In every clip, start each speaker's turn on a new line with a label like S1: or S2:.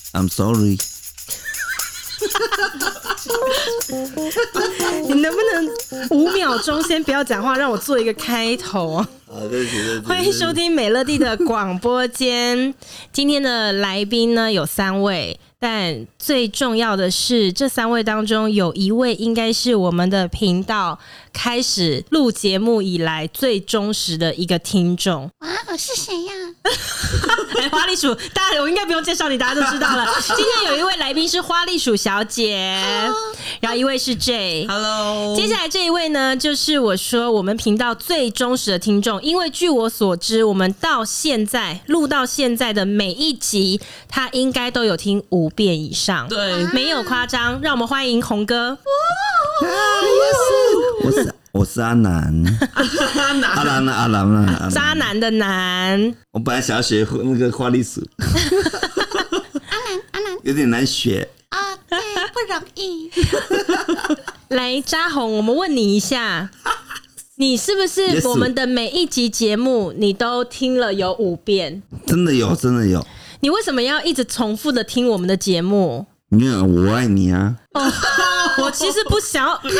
S1: I'm sorry
S2: 你能不能5秒钟先不要讲话，让我做一个开头啊？
S1: 对不起
S2: 欢迎收听美乐蒂的广播间。今天的来宾呢有3位，但最重要的是，这3位当中有1位应该是我们的频道开始录节目以来最忠实的一个听众。
S3: 啊，我是谁呀？
S2: 花栗鼠，大家我应该不用介绍你，大家都知道了。今天有1位来宾是花栗鼠小姐，然后1位是 J。Hello。接下来这一位呢，就是我说我们频道最忠实的听众，因为据我所知，我们到现在录到现在的每一集，他应该都有听5遍以上，
S4: 对，
S2: 没有夸张。让我们欢迎洪哥。
S1: 我是阿南，阿南，
S2: 渣男的男。
S1: 我本来想要学那个花栗鼠，
S3: 阿南
S1: 有点难学
S3: 啊，对，不容易。
S2: 来，渣红，我们问你一下，你是不是我们的每一集节目你都听了有5遍？
S1: 真的有，真的有。
S2: 你为什么要一直重复的听我们的节目？
S1: 因为我爱你啊！
S2: 我其实不想要。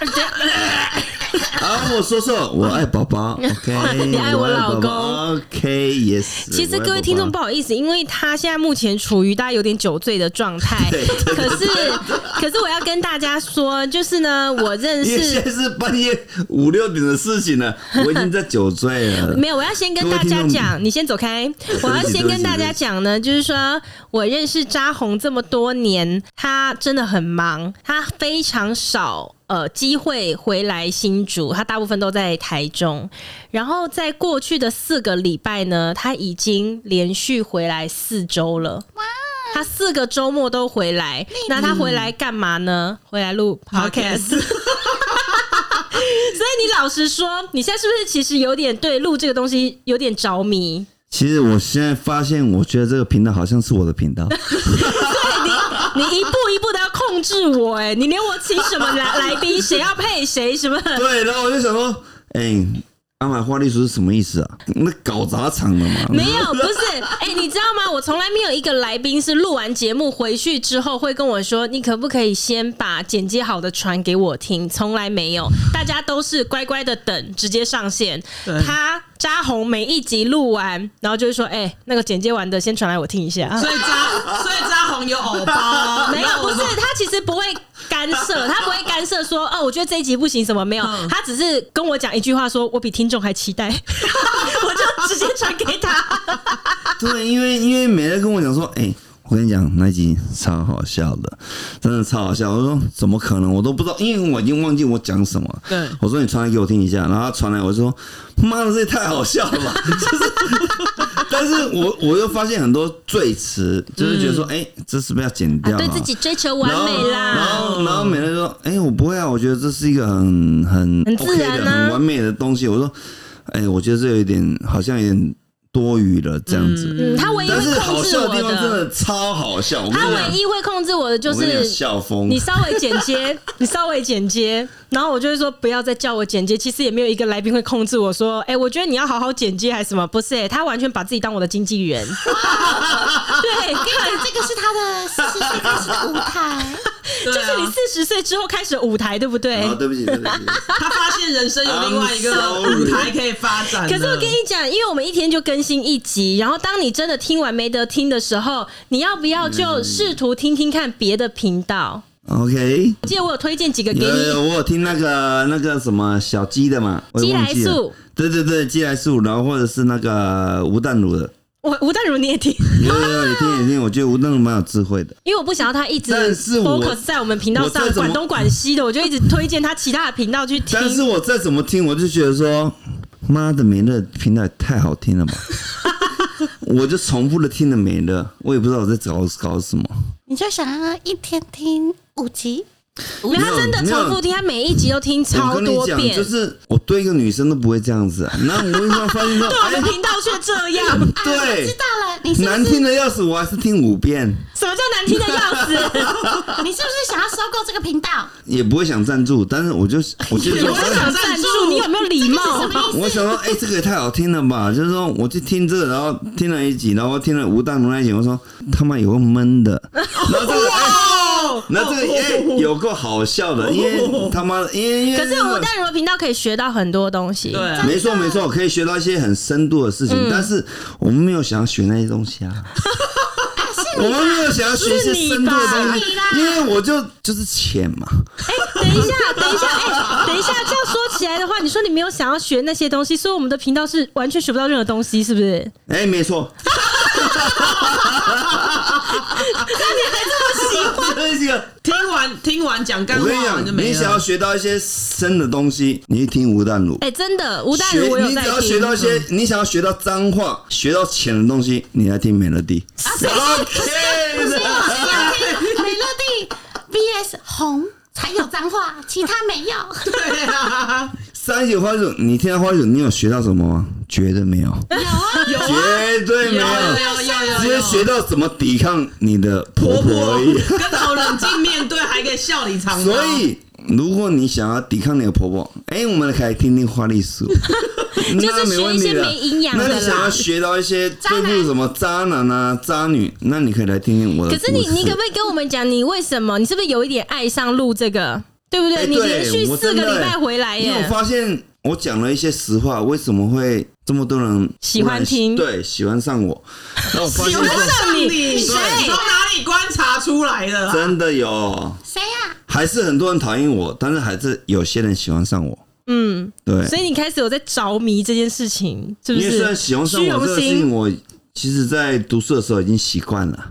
S1: 好，我说错，我爱宝宝。OK，
S2: 你爱我老公。
S1: OK，yes。
S2: 其实各位听众不好意思，因为他现在目前处于大家有点酒醉的状态。可是我要跟大家说，就是呢，我认识，
S1: 因为现在是半夜5、6点的事情了，我已经在酒醉了。
S2: 没有，我要先跟大家讲，你先走开。我要先跟大家讲呢，就是说我认识渣红这么多年，他真的很忙，他非常少机会回来新竹，他大部分都在台中。然后在过去的4个礼拜呢，他已经连续回来4周了。他4个周末都回来，那他回来干嘛呢？回来录 podcast。所以你老实说，你现在是不是其实有点对录这个东西有点着迷？
S1: 其实我现在发现，我觉得这个频道好像是我的频道。
S2: 你一步一步的要控制我，你连我请什么来宾，谁要配谁什么？
S1: 对，然后我就想说，阿买花栗鼠是什么意思啊？那搞砸场了吗？
S2: 没有，不是，你知道吗？我从来没有一个来宾是录完节目回去之后会跟我说，你可不可以先把剪接好的传给我听？从来没有，大家都是乖乖的等，直接上线。他渣红每一集录完，然后就会说，那个剪接完的先传来我听一下。
S4: 所以渣红有偶包，
S2: 没有，不是，他其实不会干涉，他不会干涉说，我觉得这一集不行什么，没有，他只是跟我讲一句话说，我比听众还期待，我就直接传给他。
S1: 对，因为美乐跟我讲说，我跟你讲那集超好笑的，真的超好笑。我说怎么可能？我都不知道，因为我已经忘记我讲什么了。
S4: 对，
S1: 我说你传来给我听一下，然后他传来，我就说妈的，这也太好笑了吧！但是我又发现很多罪词，就是觉得说，这是不是要剪掉？
S2: 对自己追求完美啦。
S1: 然后美乐说，我不会啊，我觉得这是一个很
S2: 自然
S1: OK 的、很完美的东西。我说，我觉得这有一点好像有点多余了这样子。
S2: 他唯一会控制我的，
S1: 但是好笑的地方真的超好笑。
S2: 他唯一会控制我的就是
S1: 笑疯，
S2: 你稍微剪接，然后我就会说不要再叫我剪接。其实也没有一个来宾会控制我说，我觉得你要好好剪接还是什么？不是，他完全把自己当我的经纪人。对，
S3: 这个是他的40岁开始的舞台。
S2: 就是你40岁之后开始舞台，对不对？
S1: 对不起。
S4: 他发现人生有另外一个舞台可以发展。
S2: 可是我跟你讲，因为我们一天就更新1集，然后当你真的听完没得听的时候，你要不要就试图听听看别的频道
S1: ？OK，
S2: 我记得我有推荐几个给你。
S1: 我有听那个什么小鸡的嘛，
S2: 鸡来素，
S1: 对，鸡来素，然后或者是那个吴淡如的。
S2: 吴淡如你也听？
S1: 有也听，我觉得吴淡如蛮有智慧的。
S2: 因为我不想要他一直 focus 在我们频道上，管东管西的，我就一直推荐他其他的频道去听。
S1: 但是我再怎么听，我就觉得说，妈的，美乐频道也太好听了吧！我就重复的听了美乐，我也不知道我在搞什么。
S3: 你就想要一天听5集？
S2: 没有，他真的重复听，他每一集都听超多遍。
S1: 我跟你讲，就是我对一个女生都不会这样子啊，那我为什么发现说，
S2: 对我们频道却这样？
S1: 对，
S3: 知道了，你是不是
S1: 难听的要死，我还是听5遍。
S2: 什么叫难听的要死？
S3: 你是不是想要收购这个频道？
S1: 也不会想赞助，但是我就
S2: 你不会想赞助，你有没有礼貌？
S1: 我想说，这个也太好听了吧！就是说，我去听这个，然后听了一集，然后听了吴淡如那一集，我说他妈有个闷的，然后这个那这个有够好笑的，因为他妈因为
S2: 可是吴淡如的频道可以学到很多东西，
S4: 对，
S1: 没错没错，可以学到一些很深度的事情，但是我们没有想要学那些东西啊。我们没有想要学一些深度的东西，因为我就是钱嘛。
S2: 等一下，这样说起来的话，你说你没有想要学那些东西，所以我们的频道是完全学不到任何东西，是不是？
S1: 没错。
S2: 那你还这么喜欢？
S4: 听完讲干话
S1: 我跟你讲，
S4: 完就没了。
S1: 你想要学到一些深的东西，你去听吴淡如。
S2: 真的，吴淡如我有在听。
S1: 你只要学到一些，你想要学到脏话、学到钱的东西，你来听美乐蒂。OK，
S3: 美乐蒂 VS 红才有脏话，其他没有。
S4: 对啊，
S1: 上一集花絮，你听到花絮，你有学到什么吗？绝对没有，
S3: 有啊，
S1: 绝对没有，直接学到怎么抵抗你的婆婆而已。
S4: 跟好冷静面对，还可以笑里藏刀。
S1: 所以，如果你想要抵抗你的婆婆，我们可以听听花栗鼠。
S2: 就是学一些没营养的啦。
S1: 那你想要学到一些对付什么渣男啊、渣女，那你可以来听听我的故事。
S2: 可是你可不可以跟我们讲，你为什么？你是不是有一点爱上录这个？对不对？你连续4个礼拜回来耶！
S1: 因为我发现我讲了一些实话，为什么会这么多人
S2: 喜欢听？
S1: 对，喜欢上我。那我发现
S2: 喜欢上你，
S4: 谁从哪里观察出来的？
S1: 真的有
S3: 谁呀？
S1: 还是很多人讨厌我，但是还是有些人喜欢上我。对。
S2: 所以你开始有在着迷这件事情，是不是？
S1: 因为虽然喜欢上我这个事情，我其实在读书的时候已经习惯了。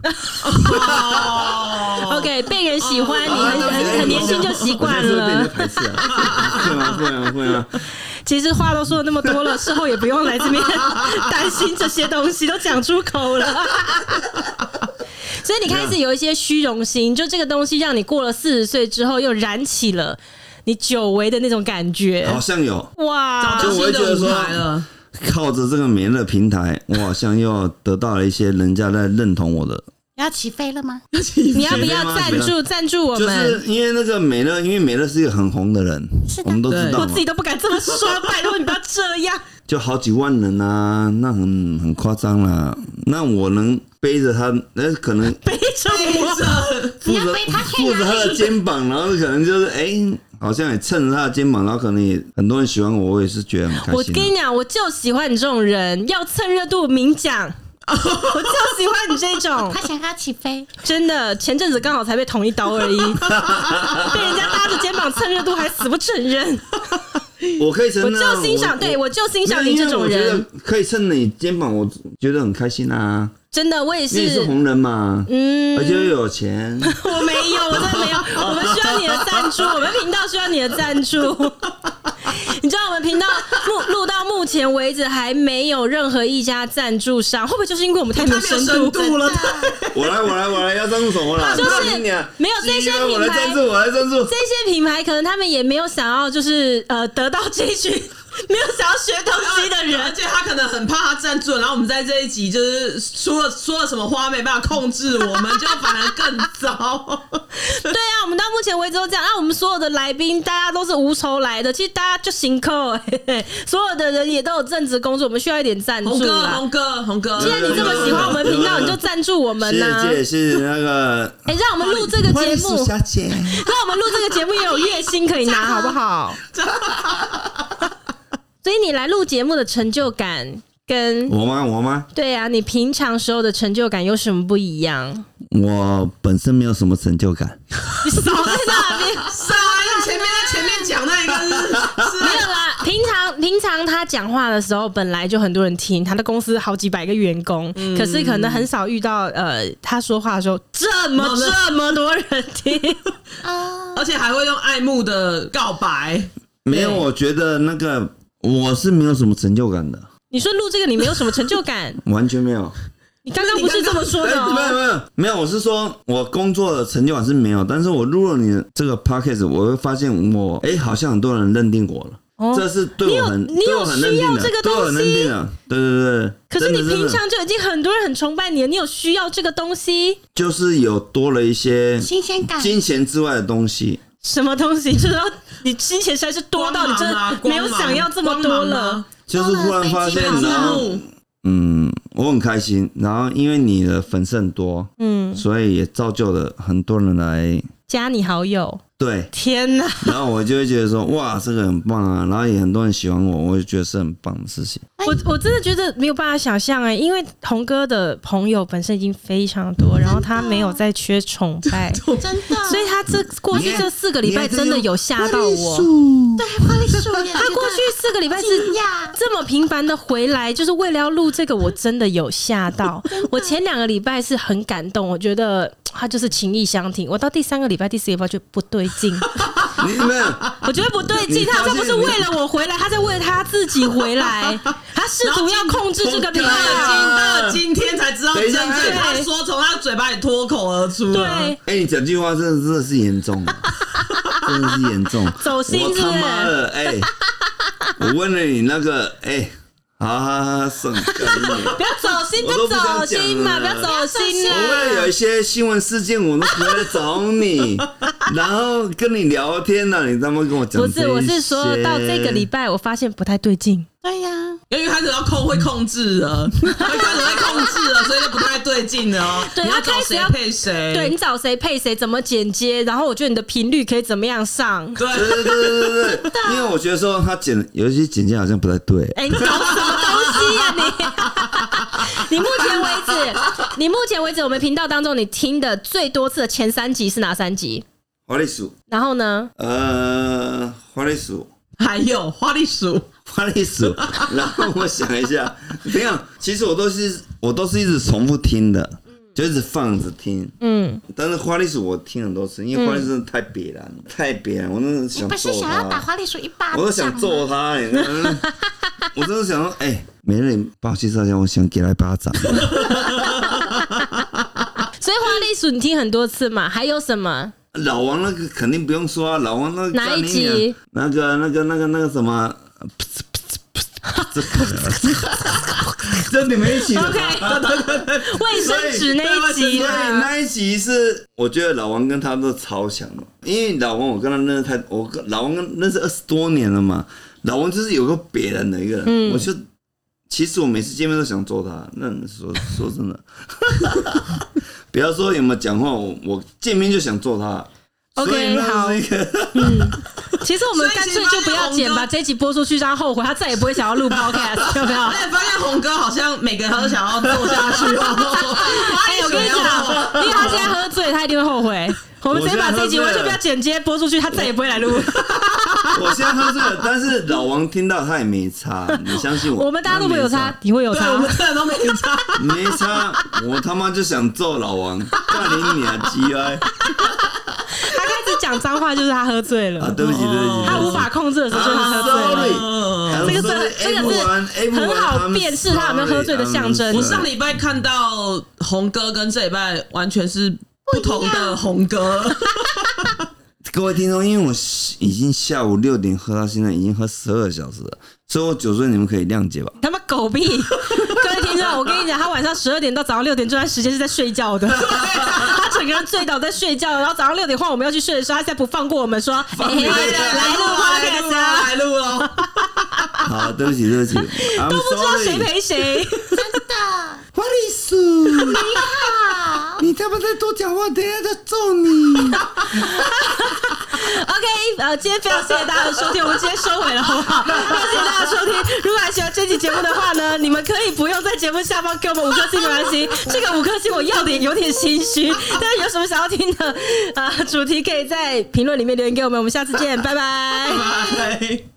S2: OK， 被人喜欢，你很年轻就习惯了。
S1: 被人排斥啊？会吗？
S2: 其实话都说了那么多了，事后也不用来这边担心这些东西，都讲出口了。所以你开始有一些虚荣心，就这个东西让你过了40岁之后，又燃起了你久违的那种感觉。
S1: 好像有
S2: 哇，
S4: 找到新的舞台了。
S1: 靠着这个美乐平台，我好像又得到了一些人家在认同我的。
S3: 要起飞了吗？
S2: 你要不要赞助我们？
S1: 就是因为那个美乐，因为美乐是一个很红的人，我们都知道嘛。
S2: 我自己都不敢这么说，拜托你不要这样。
S1: 就好几万人啊，那很夸张啦。那我能背着他，可能
S2: 背着
S3: 你要背他去哪里？
S1: 负着他的肩膀，然后可能就是好像也蹭着他的肩膀，然后可能也很多人喜欢我，我也是觉得很开心。
S2: 我跟你讲，我就喜欢你这种人，要蹭热度明讲。我就喜欢你这种，
S3: 他想要起飞，
S2: 真的。前阵子刚好才被捅一刀而已，被人家搭着肩膀蹭热度，还死不承认。
S1: 我可以承认，
S2: 我就欣赏，对我就欣赏你这种人，
S1: 可以蹭你肩膀，我觉得很开心啊。真
S2: 的，我也是。
S1: 你也是红人嘛，而且又有钱。
S2: 我没有，我真的没有。我们需要你的赞助，我们频道需要你的赞助。你知道我们频道录到目前为止还没有任何一家赞助商，会不会就是因为我们太没有深度
S4: 了？
S1: 我来，要赞助什么啦？
S2: 就是没有这些品牌，
S1: 我来赞助。
S2: 这些品牌可能他们也没有想要，就是得到这一群没有想要学东西的人，
S4: 而且他可能很怕他赞助，然后我们在这一集就是说了什么话没办法控制，我们就反而更糟。
S2: 对啊，我们到目前为止都这样。我们所有的来宾大家都是无酬来的，其实大家就辛苦，所有的人也都有正职工作，我们需要一点赞助啦。
S4: 红哥，
S2: 既然你这么喜欢我们频道，你就赞助我们呐。
S1: 谢谢那个，
S2: 让我们录这个节目，
S1: 小姐，
S2: 让我们录这个节目也有月薪可以拿，好不好？所以你来录节目的成就感跟
S1: 我吗？
S2: 对啊，你平常时候的成就感有什么不一样？
S1: 我本身没有什么成就感。
S2: 你少在那边，
S4: 少你前面讲那个是
S2: 没有啦。平常他讲话的时候，本来就很多人听，他的公司好几百个员工，可是可能很少遇到他说话的时候这么多人听，
S4: 而且还会用爱慕的告白。
S1: 没有，我觉得那个我是没有什么成就感的。
S2: 你说录这个你没有什么成就感？
S1: 完全没有。
S2: 你刚刚不是这么说的
S1: 没有，我是说我工作的成就感是没有，但是我入了你的这个 podcast， 我会发现我好像很多人认定我了。这是对我很
S2: 你有需要这个东西，
S1: 对我很认定的，对。
S2: 可是你平常就已经很多人很崇拜你了，你有需要这个东西？
S1: 就是有多了一些
S3: 新鲜感，
S1: 金钱之外的东西。
S2: 什么东西？就是说你金钱实在是多到你真的没有想要这么多了。
S1: 就是忽然发现，然后我很开心，然后因为你的粉丝很多，所以也造就了很多人来
S2: 加你好友。
S1: 对，
S2: 天哪！
S1: 然后我就会觉得说，哇，这个很棒啊，然后也很多人喜欢我，我就觉得是很棒的事情。
S2: 我真的觉得没有办法想象因为洪哥的朋友本身已经非常多，然后他没有再缺崇拜，
S3: 真的，
S2: 所以他过去这4个礼拜真的有吓到我。
S3: 对，花栗鼠耶，
S2: 他过去4个礼拜是这么频繁的回来，就是为了要录这个，我真的有吓到。我前2个礼拜是很感动，我觉得他就是情意相挺。我到第3个礼拜、第4个礼拜就不对劲。我觉得不对劲，他好像不是为了我回来，他在为了他自己回来，他试图要控制这个频道。
S4: 到今天才知道真正他说从他嘴巴里脱口而出。
S2: 对，
S1: 你整句话真的是严重，真的是严重，
S2: 走心是不是？
S1: 我他妈的我问了你那个省
S2: 不要走心就走心嘛，不要走心啊！
S1: 我为了有一些新闻事件，我都回来找你，然后跟你聊天呢，你他妈跟我讲
S2: 不是，我是说到这个礼拜，我发现不太对劲。
S3: 对呀，
S4: 因为开始会控制了，开始会控制了，所以就不太对劲了哦。
S2: 对，
S4: 你要找谁配谁？
S2: 对，你找谁配谁，怎么剪接，然后我觉得你的频率可以怎么样上？
S1: 对，因为我觉得说他有一些剪接好像不太对。
S2: 你搞什么东西啊你？你目前为止，我们频道当中你听的最多次的前3集是哪3集？
S1: 花栗鼠。
S2: 然后呢？
S1: 花栗鼠。
S4: 还有花栗鼠，
S1: 然后我想一下，没有，其实我都是一直重复听的，就一直放着听。但是花栗鼠我听很多次，因为花栗鼠真的太别了，我真的想揍他。
S3: 你不是想要打花栗鼠一巴掌吗？
S1: 我都想揍他，我真的想说，没人帮我介绍一下，我想给他一巴掌。
S2: 所以花栗鼠你听很多次嘛？还有什么？
S1: 老王那个肯定不用说啊，老王那个
S2: 哪一集？
S1: 那个什么？这你们一起的
S2: OK， 卫生纸那一集啦。
S1: 那一集是我觉得老王跟他都超强的，因为老王我跟他认识老王认识20多年了嘛，老王就是有个别人的一个人，其实我每次见面都想揍他，那说真的。不要说有没有讲话，我见面就想揍他。
S2: OK， 好。其实我们干脆就不要剪，把这一集播出去，让他后悔，他再也不会想要录 podcast， 有没有？
S4: 而且发现洪哥好像每个人他都想要做下去。
S2: 我跟你讲，因为他现在喝醉，他一定会后悔。我们直接把这一集完全不要剪接播出去，他再也不会来录。
S1: 我现在喝醉了，但是老王听到他也没差，你相信我。
S2: 我们大家都没有差，你会有差？
S4: 我们真的都没差，
S1: 没差。我他妈就想揍老王，干你娘鸡歪！
S2: 他开始讲脏话，就是他喝醉了。
S1: 对不起，
S2: 他无法控制的时候，就是他喝醉了。这个是很好辨识他有没有喝醉的象征。
S4: 我上礼拜看到洪哥跟这礼拜完全是不同的洪哥。
S1: 各位听众，因为我已经下午6点喝到现在，已经喝12小时了，所以我酒醉你们可以谅解吧。
S2: 他妈狗屁！各位听众，我跟你讲，他晚上12点到早上6点这段时间是在睡觉的，他整个人醉倒在睡觉，然后早上6点换我们要去睡的时候，他才不放过我们说，来录了。
S1: 好，对不起，
S2: 都不知道谁陪谁，
S3: 真的。
S1: 花栗鼠，
S3: 你好，
S1: 你他妈再多讲话，等一下就揍你。
S2: OK， 今天非常谢谢大家的收听，我们今天收尾了，好不好？谢谢大家收听。如果还喜欢这期节目的话呢，你们可以不用在节目下方给我们5颗星没关系，这个5颗星我要的有点心虚，但是有什么想要听的主题，可以在评论里面留言给我们。我们下次见，拜拜。
S4: 拜拜。